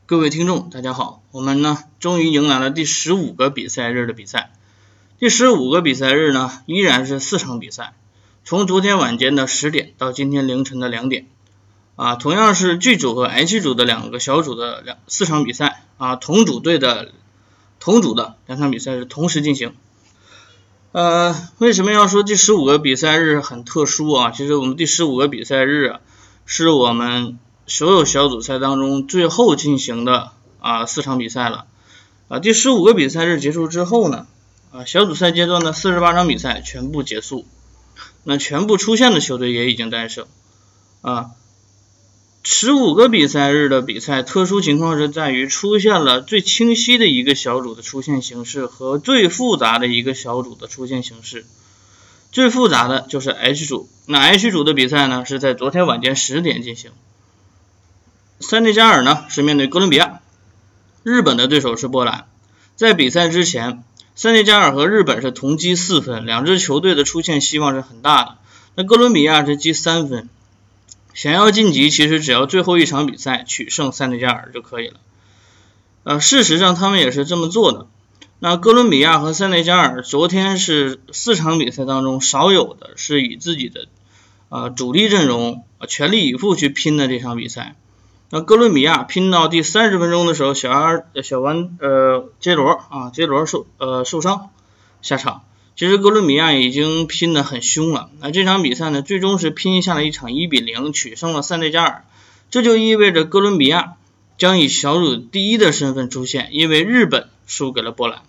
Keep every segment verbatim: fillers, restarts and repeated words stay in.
各位听众大家好，我们呢终于迎来了第十五个比赛日的比赛。第十五个比赛日呢依然是四场比赛，从昨天晚间的十点到今天凌晨的两点啊，同样是 G 组和 H 组的两个小组的两四场比赛啊，同组队的同组的两场比赛是同时进行。呃，为什么要说第十五个比赛日很特殊啊？其实我们第十五个比赛日啊，是我们所有小组赛当中最后进行的啊四场比赛了啊。第十五个比赛日结束之后呢，啊小组赛阶段的四十八场比赛全部结束，那全部出线的球队也已经诞生啊。十五个比赛日的比赛特殊情况是在于出现了最清晰的一个小组的出现形式和最复杂的一个小组的出现形式。最复杂的就是 H 组，那 H 组的比赛呢是在昨天晚间十点进行。塞内加尔呢是面对哥伦比亚，日本的对手是波兰。在比赛之前，塞内加尔和日本是同积四分，两支球队的出现希望是很大的。那哥伦比亚是积三分，想要晋级其实只要最后一场比赛取胜塞内加尔就可以了。呃，事实上他们也是这么做的。那哥伦比亚和塞内加尔昨天是四场比赛当中少有的是以自己的呃主力阵容、呃、全力以赴去拼的这场比赛。那哥伦比亚拼到第三十分钟的时候，小安小安呃杰罗啊杰罗受呃受伤下场。其实哥伦比亚已经拼得很凶了。那这场比赛呢，最终是拼下了一场一比零取胜了塞内加尔。这就意味着哥伦比亚将以小组第一的身份出现，因为日本输给了波兰。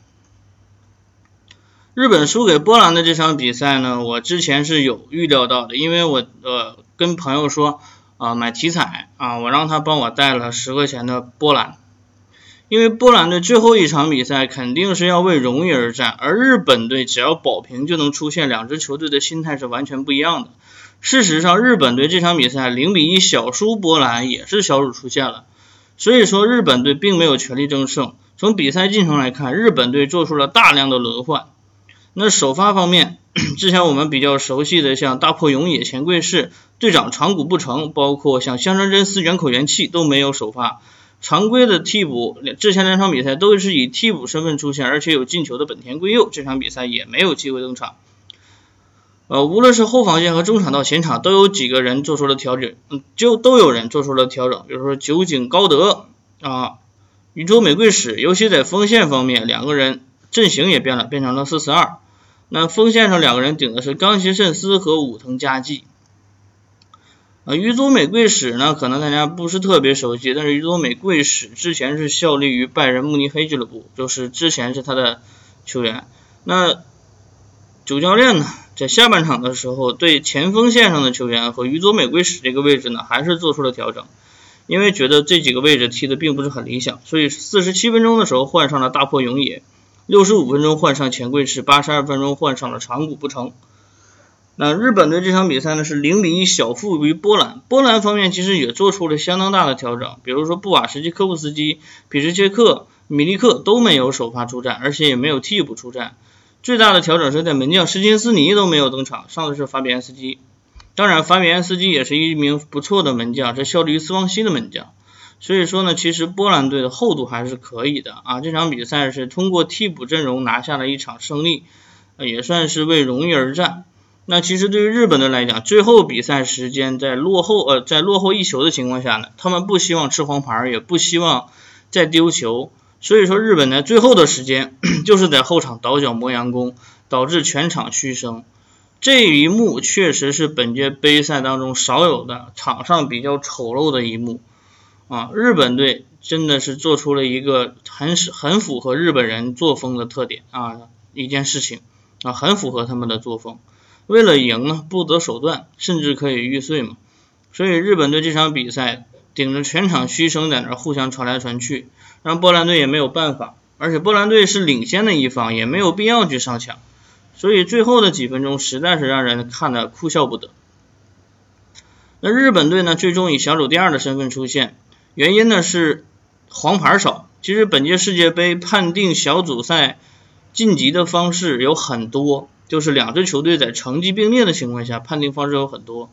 日本输给波兰的这场比赛呢，我之前是有预料到的，因为我呃跟朋友说啊、呃、买体彩啊，我让他帮我带了十块钱的波兰。因为波兰队最后一场比赛肯定是要为荣誉而战，而日本队只要保平就能出现，两支球队的心态是完全不一样的。事实上日本队这场比赛零比一小输波兰也是小组出线了，所以说日本队并没有全力争胜。从比赛进程来看，日本队做出了大量的轮换。那首发方面，之前我们比较熟悉的像大破永野、前贵士、队长长谷部诚，包括像香川真司、原口元气都没有首发。常规的替补，之前两场比赛都是以替补身份出现，而且有进球的本田圭佑这场比赛也没有机会登场。呃，无论是后防线和中场到前场，都有几个人做出了调整，嗯，就都有人做出了调整，比如说酒井高德啊、宇宙美贵史，尤其在锋线方面，两个人阵型也变了，变成了四四二。那锋线上两个人顶的是冈崎慎司和武藤佳纪。呃，宇佐美贵史呢，可能大家不是特别熟悉，但是宇佐美贵史之前是效力于拜仁慕尼黑俱乐部，就是之前是他的球员。那主教练呢，在下半场的时候对前锋线上的球员和宇佐美贵史这个位置呢，还是做出了调整，因为觉得这几个位置踢的并不是很理想，所以四十七分钟的时候换上了大破永野，六十五分钟换上前贵士，八十二分钟换上了长谷部诚。那日本队这场比赛呢是零比一小负于波兰，波兰方面其实也做出了相当大的调整，比如说布瓦什基科夫斯基、比什切克、米利克都没有首发出战，而且也没有替补出战。最大的调整是在门将施金斯尼都没有登场，上的是法比安斯基。当然法比安斯基也是一名不错的门将，是效力于斯旺西的门将。所以说呢，其实波兰队的厚度还是可以的啊。这场比赛是通过替补阵容拿下了一场胜利，也算是为荣誉而战。那其实对于日本队来讲，最后比赛时间在落后呃在落后一球的情况下呢，他们不希望吃黄牌，也不希望再丢球，所以说日本在最后的时间就是在后场倒脚磨洋工，导致全场嘘声。这一幕确实是本届杯赛当中少有的场上比较丑陋的一幕啊！日本队真的是做出了一个很很符合日本人作风的特点啊一件事情啊，很符合他们的作风。为了赢呢，不择手段，甚至可以玉碎嘛。所以日本队这场比赛顶着全场嘘声在那互相传来传去，让波兰队也没有办法，而且波兰队是领先的一方，也没有必要去上抢，所以最后的几分钟实在是让人看得哭笑不得。那日本队呢，最终以小组第二的身份出现，原因呢是黄牌少。其实本届世界杯判定小组赛晋级的方式有很多，就是两支球队在成绩并列的情况下判定方式有很多。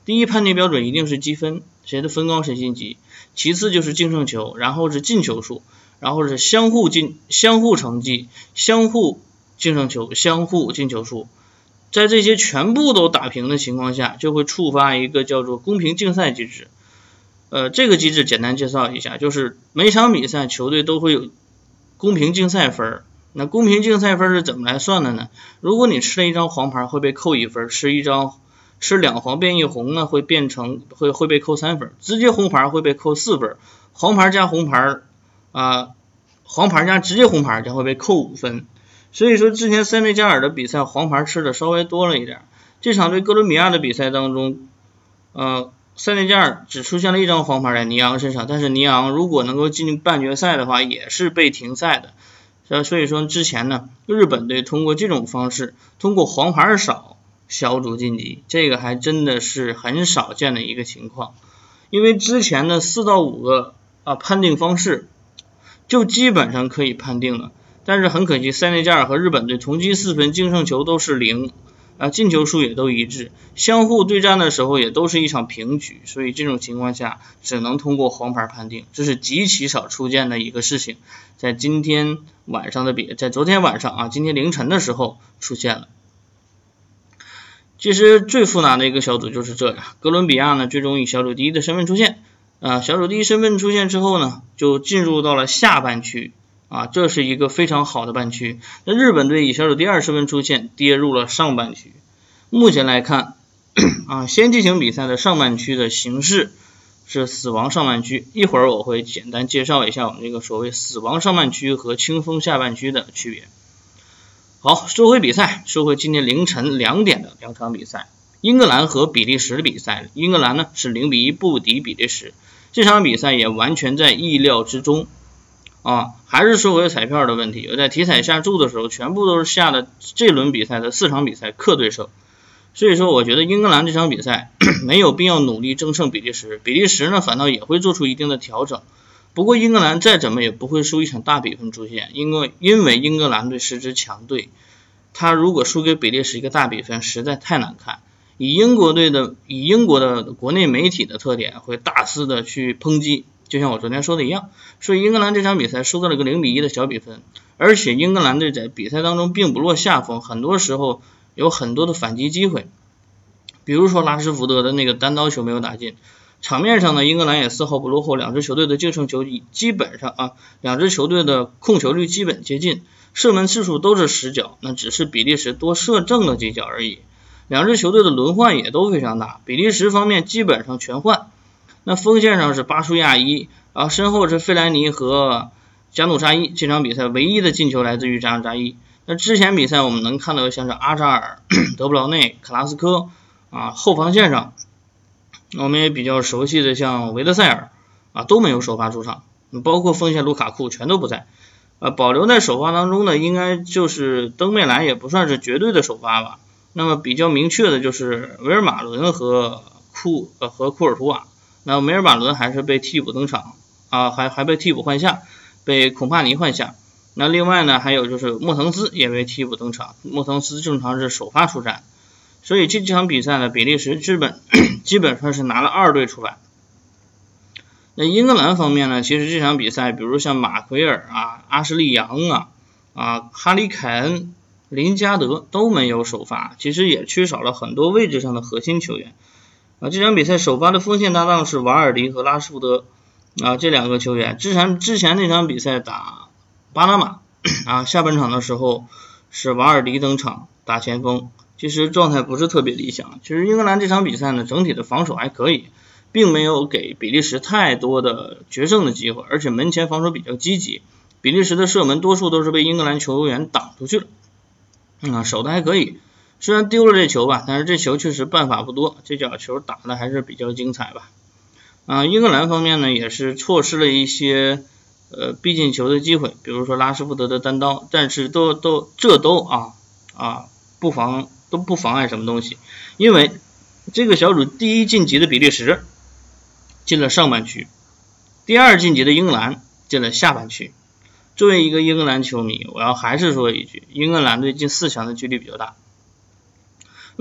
第一判定标准一定是积分，谁的分高谁晋级，其次就是净胜球，然后是进球数，然后是相互进相互成绩，相互净胜球，相互进球数。在这些全部都打平的情况下，就会触发一个叫做公平竞赛机制。呃，这个机制简单介绍一下，就是每场比赛球队都会有公平竞赛分。那公平竞赛分是怎么来算的呢？如果你吃了一张黄牌会被扣一分，吃一张吃两黄变一红呢，会变成会会被扣三分，直接红牌会被扣四分，黄牌加红牌啊、呃，黄牌加直接红牌将会被扣五分。所以说之前塞内加尔的比赛黄牌吃的稍微多了一点，这场对哥伦比亚的比赛当中，呃，塞内加尔只出现了一张黄牌在尼昂身上，但是尼昂如果能够进半决赛的话，也是被停赛的。所以说之前呢，日本队通过这种方式，通过黄牌少小组晋级，这个还真的是很少见的一个情况。因为之前的四到五个啊判定方式就基本上可以判定了。但是很可惜，塞内加尔和日本队同积四分，净胜球都是零，啊，进球数也都一致，相互对战的时候也都是一场平局，所以这种情况下只能通过黄牌判定，这是极其少出现的一个事情，在今天晚上的比，在昨天晚上啊，今天凌晨的时候出现了。其实最复杂的一个小组就是这样，哥伦比亚呢最终以小组第一的身份出现，啊，小组第一身份出现之后呢，就进入到了下半区。啊，这是一个非常好的半区。那日本队以小组第二身份出现，跌入了上半区。目前来看，啊，先进行比赛的上半区的形式是死亡上半区。一会儿我会简单介绍一下我们这个所谓死亡上半区和清风下半区的区别。好，说回比赛，说回今天凌晨两点的两场比赛，英格兰和比利时的比赛。英格兰呢是零比一不敌比利时，这场比赛也完全在意料之中。啊，还是说回彩票的问题，我在体彩下注的时候，全部都是下的这轮比赛的四场比赛客对手，所以说我觉得英格兰这场比赛没有必要努力争胜比利时，比利时呢反倒也会做出一定的调整，不过英格兰再怎么也不会输一场大比分出现，因为因为英格兰队是支强队，他如果输给比利时一个大比分实在太难看，以英国队的以英国的国内媒体的特点会大肆的去抨击。就像我昨天说的一样，所以英格兰这场比赛输到了个零比一的小比分，而且英格兰队在比赛当中并不落下风，很多时候有很多的反击机会，比如说拉什福德的那个单刀球没有打进，场面上呢英格兰也丝毫不落后，两支球队的净胜球基本上啊，两支球队的控球率基本接近，射门次数都是十脚，那只是比利时多射正了几脚而已。两支球队的轮换也都非常大，比利时方面基本上全换。那锋线上是巴舒亚伊，然后身后是费莱尼和加努扎伊，这场比赛唯一的进球来自于加努扎伊。那之前比赛我们能看到像是阿扎尔、德布劳内、克拉斯科啊，后防线上我们也比较熟悉的像维德塞尔啊都没有首发出场，包括锋线卢卡库全都不在。呃，保留在首发当中的应该就是登贝莱，也不算是绝对的首发吧。那么比较明确的就是维尔马伦和库呃和库尔图瓦。那梅尔马伦还是被替补登场啊，还还被替补换下，被孔帕尼换下。那另外呢，还有就是莫滕斯也被替补登场，莫滕斯正常是首发出战。所以这场比赛呢，比利时基本基本上是拿了二队出来。那英格兰方面呢，其实这场比赛，比如像马奎尔啊、阿什利杨啊、啊哈里凯恩、林加德都没有首发，其实也缺少了很多位置上的核心球员。啊，这场比赛首发的锋线搭档是瓦尔迪和拉什福德啊，这两个球员之前之前那场比赛打巴拿马啊，下半场的时候是瓦尔迪登场打前锋，其实状态不是特别理想。其实英格兰这场比赛呢，整体的防守还可以，并没有给比利时太多的决胜的机会，而且门前防守比较积极，比利时的射门多数都是被英格兰球员挡出去了，啊，守的还可以。虽然丢了这球吧，但是这球确实办法不多，这脚球打的还是比较精彩吧。啊，英格兰方面呢也是错失了一些呃必进球的机会，比如说拉什福德的单刀，但是都都这都啊啊不妨都不妨碍什么东西，因为这个小组第一晋级的比利时进了上半区，第二晋级的英格兰进了下半区。作为一个英格兰球迷，我要还是说一句，英格兰队进四强的几率比较大。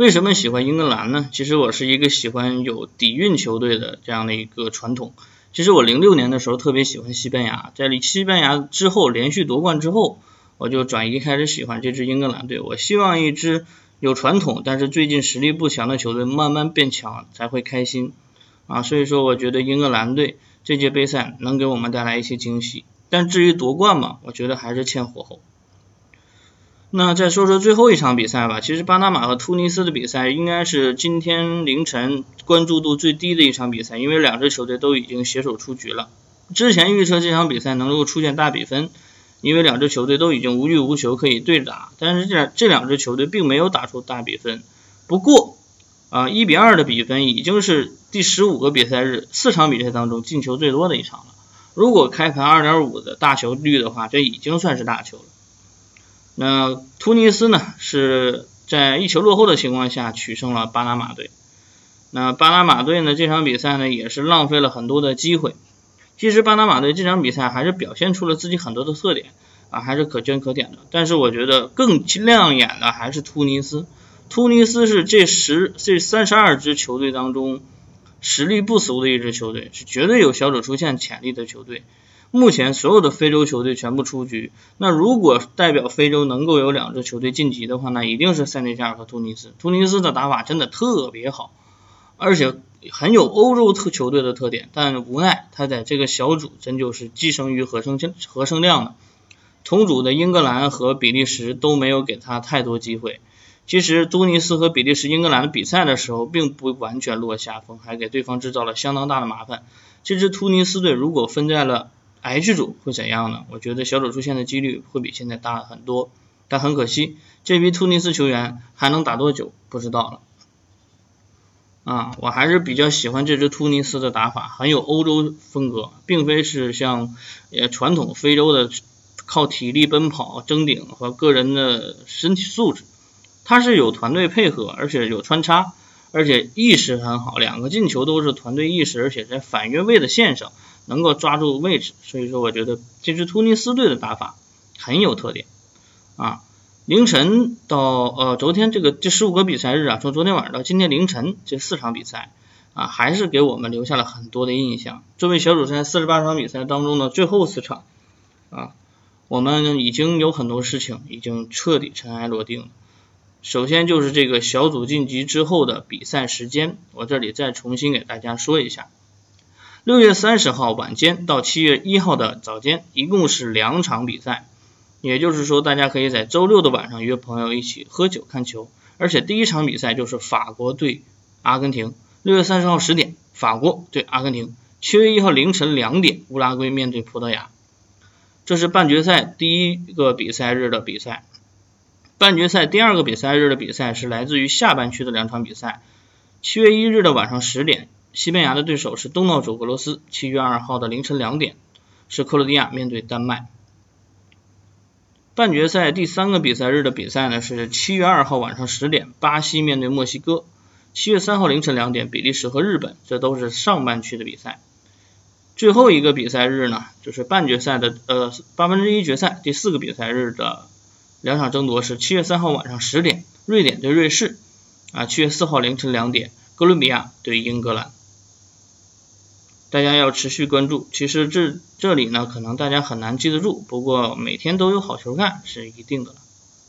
为什么喜欢英格兰呢？其实我是一个喜欢有底蕴球队的这样的一个传统。其实我零六年的时候特别喜欢西班牙，在西班牙之后连续夺冠之后，我就转移开始喜欢这支英格兰队。我希望一支有传统但是最近实力不强的球队慢慢变强才会开心啊，所以说我觉得英格兰队这届杯赛能给我们带来一些惊喜。但至于夺冠嘛，我觉得还是欠火候。那再说说最后一场比赛吧，其实巴拿马和突尼斯的比赛应该是今天凌晨关注度最低的一场比赛，因为两支球队都已经携手出局了。之前预测这场比赛能够出现大比分，因为两支球队都已经无欲无求可以对打，但是这这两支球队并没有打出大比分。不过啊，一比二的比分已经是第十五个比赛日四场比赛当中进球最多的一场了。如果开盘 二点五 的大球率的话，这已经算是大球了。那突尼斯呢是在一球落后的情况下取胜了巴拿马队。那巴拿马队呢这场比赛呢也是浪费了很多的机会。其实巴拿马队这场比赛还是表现出了自己很多的特点啊，还是可圈可点的。但是我觉得更亮眼的还是突尼斯。突尼斯是这十这三十二支球队当中实力不俗的一支球队，是绝对有小组出线潜力的球队。目前所有的非洲球队全部出局，那如果代表非洲能够有两支球队晋级的话，那一定是塞内加尔和突尼斯。突尼斯的打法真的特别好，而且很有欧洲特球队的特点，但无奈他在这个小组真就是寄生于何生何生亮的。同组的英格兰和比利时都没有给他太多机会。其实突尼斯和比利时英格兰的比赛的时候并不完全落下风，还给对方制造了相当大的麻烦。这支突尼斯队如果分在了H 组会怎样呢？我觉得小组出现的几率会比现在大很多，但很可惜，这批突尼斯球员还能打多久不知道了。啊，我还是比较喜欢这支突尼斯的打法，很有欧洲风格，并非是像呃传统非洲的靠体力奔跑、争顶和个人的身体素质，它是有团队配合，而且有穿插，而且意识很好，两个进球都是团队意识，而且在反越位的线上能够抓住位置，所以说我觉得这支突尼斯队的打法很有特点啊。凌晨到呃昨天这个这十五个比赛日啊，从昨天晚上到今天凌晨这四场比赛啊，还是给我们留下了很多的印象。作为小组赛四十八场比赛当中的最后四场啊，我们已经有很多事情已经彻底尘埃落定了。首先就是这个小组晋级之后的比赛时间，我这里再重新给大家说一下。六月三十号晚间到七月一号的早间，一共是两场比赛，也就是说大家可以在周六的晚上约朋友一起喝酒看球。而且第一场比赛就是法国对阿根廷，六月三十号十点法国对阿根廷，七月一号凌晨两点乌拉圭面对葡萄牙。这是半决赛第一个比赛日的比赛。半决赛第二个比赛日的比赛是来自于下半区的两场比赛。七月一日的晚上十点，西班牙的对手是东道主俄罗斯。七月二号的凌晨两点是克罗地亚面对丹麦。半决赛第三个比赛日的比赛呢是七月二号晚上十点，巴西面对墨西哥。七月三号凌晨两点，比利时和日本，这都是上半区的比赛。最后一个比赛日呢，就是半决赛的呃八分之一决赛第四个比赛日的两场争夺是七月三号晚上十点，瑞典对瑞士啊，七月四号凌晨两点，哥伦比亚对英格兰。大家要持续关注，其实这这里呢可能大家很难记得住，不过每天都有好球看是一定的了。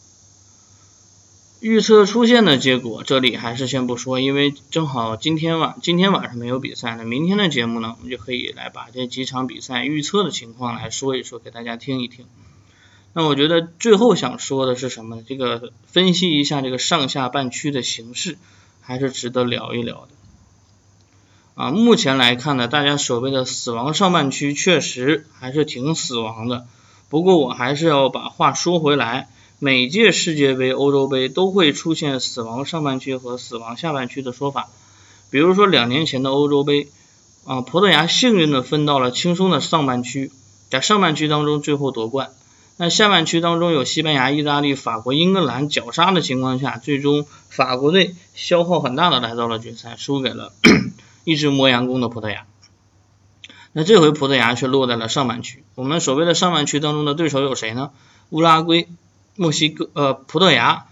预测出现的结果这里还是先不说，因为正好今天晚今天晚上没有比赛呢，明天的节目呢我们就可以来把这几场比赛预测的情况来说一说，给大家听一听。那我觉得最后想说的是什么呢？这个分析一下这个上下半区的形势，还是值得聊一聊的。啊，目前来看呢，大家所谓的死亡上半区确实还是挺死亡的。不过我还是要把话说回来，每届世界杯、欧洲杯都会出现死亡上半区和死亡下半区的说法。比如说两年前的欧洲杯，啊，葡萄牙幸运的分到了轻松的上半区，在上半区当中最后夺冠。那下半区当中有西班牙、意大利、法国、英格兰绞杀的情况下，最终法国队消耗很大的来到了决赛，输给了一直磨洋工的葡萄牙。那这回葡萄牙却落在了上半区。我们所谓的上半区当中的对手有谁呢？乌拉圭、墨西哥、呃葡萄牙、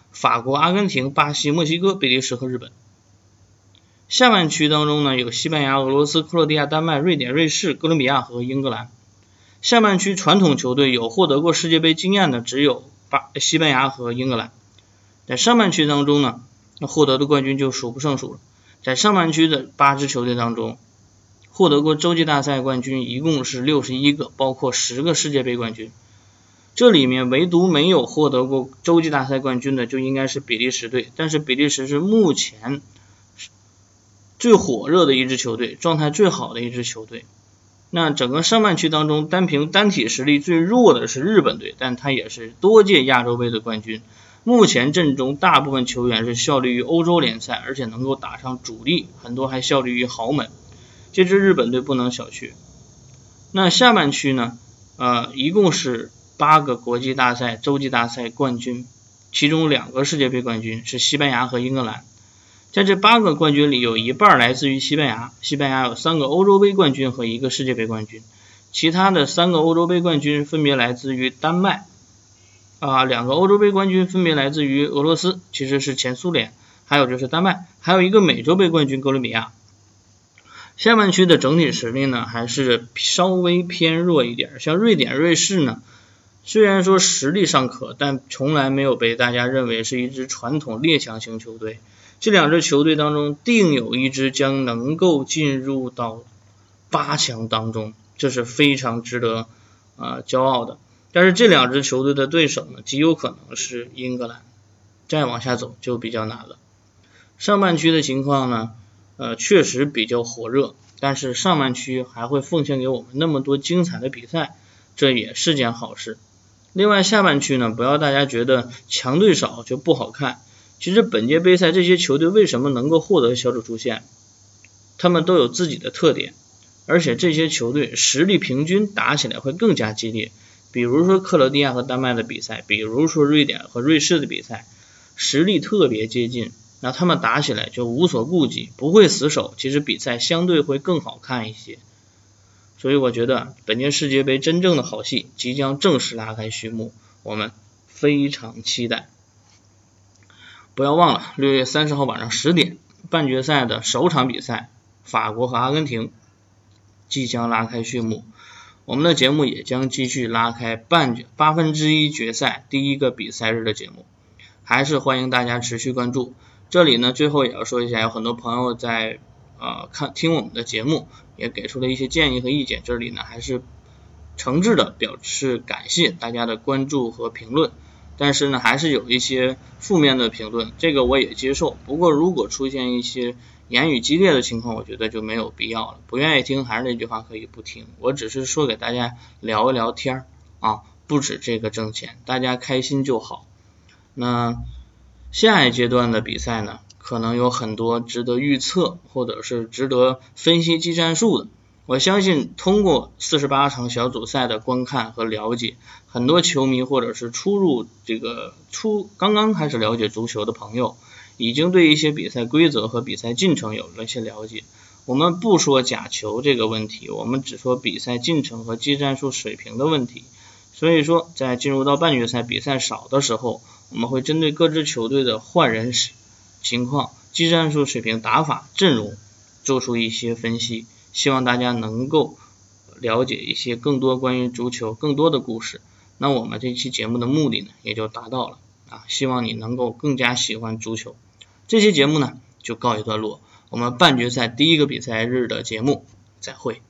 法国、阿根廷、巴西、墨西哥、比利时和日本。下半区当中呢，有西班牙、俄罗斯、克罗地亚、丹麦、瑞典、瑞士、哥伦比亚和英格兰。下半区传统球队有获得过世界杯经验的只有巴西班牙和英格兰。在上半区当中呢，那获得的冠军就数不胜数了。在上半区的八支球队当中，获得过洲际大赛冠军一共是六十一个，包括十个世界杯冠军。这里面唯独没有获得过洲际大赛冠军的就应该是比利时队，但是比利时是目前最火热的一支球队，状态最好的一支球队。那整个上半区当中，单凭单体实力最弱的是日本队，但他也是多届亚洲杯的冠军。目前阵中大部分球员是效力于欧洲联赛，而且能够打上主力，很多还效力于豪门。这支日本队不能小觑。那下半区呢，呃，一共是八个国际大赛、洲际大赛冠军，其中两个世界杯冠军是西班牙和英格兰。在这八个冠军里，有一半来自于西班牙，西班牙有三个欧洲杯冠军和一个世界杯冠军，其他的三个欧洲杯冠军分别来自于丹麦，啊，两个欧洲杯冠军分别来自于俄罗斯，其实是前苏联，还有就是丹麦，还有一个美洲杯冠军哥伦比亚。下半区的整体实力呢，还是稍微偏弱一点，像瑞典、瑞士呢，虽然说实力尚可，但从来没有被大家认为是一支传统列强型球队。这两支球队当中，定有一支将能够进入到八强当中，这是非常值得呃骄傲的。但是这两支球队的对手呢，极有可能是英格兰，再往下走就比较难了。上半区的情况呢，呃，确实比较火热，但是上半区还会奉献给我们那么多精彩的比赛，这也是件好事。另外下半区呢，不要大家觉得强队少就不好看。其实本届杯赛这些球队为什么能够获得小组出线，他们都有自己的特点，而且这些球队实力平均，打起来会更加激烈。比如说克罗地亚和丹麦的比赛，比如说瑞典和瑞士的比赛，实力特别接近，那他们打起来就无所顾忌，不会死守，其实比赛相对会更好看一些。所以我觉得本届世界杯真正的好戏即将正式拉开序幕，我们非常期待。不要忘了六月三十号晚上十点，半决赛的首场比赛，法国和阿根廷即将拉开序幕。我们的节目也将继续拉开半决八分之一决赛第一个比赛日的节目，还是欢迎大家持续关注。这里呢，最后也要说一下，有很多朋友在呃看听我们的节目，也给出了一些建议和意见，这里呢还是诚挚的表示感谢大家的关注和评论。但是呢，还是有一些负面的评论，这个我也接受。不过如果出现一些言语激烈的情况，我觉得就没有必要了。不愿意听，还是那句话，可以不听。我只是说给大家聊一聊天啊，不止这个挣钱，大家开心就好。那下一阶段的比赛呢，可能有很多值得预测或者是值得分析技战术的。我相信通过四十八场小组赛的观看和了解，很多球迷或者是初入这个初刚刚开始了解足球的朋友，已经对一些比赛规则和比赛进程有了一些了解。我们不说假球这个问题，我们只说比赛进程和技战术水平的问题。所以说在进入到半决赛比赛少的时候，我们会针对各支球队的换人情况、技战术水平、打法、阵容做出一些分析，希望大家能够了解一些更多关于足球更多的故事。那我们这期节目的目的呢也就达到了啊，希望你能够更加喜欢足球。这期节目呢就告一段落，我们半决赛第一个比赛日的节目再会。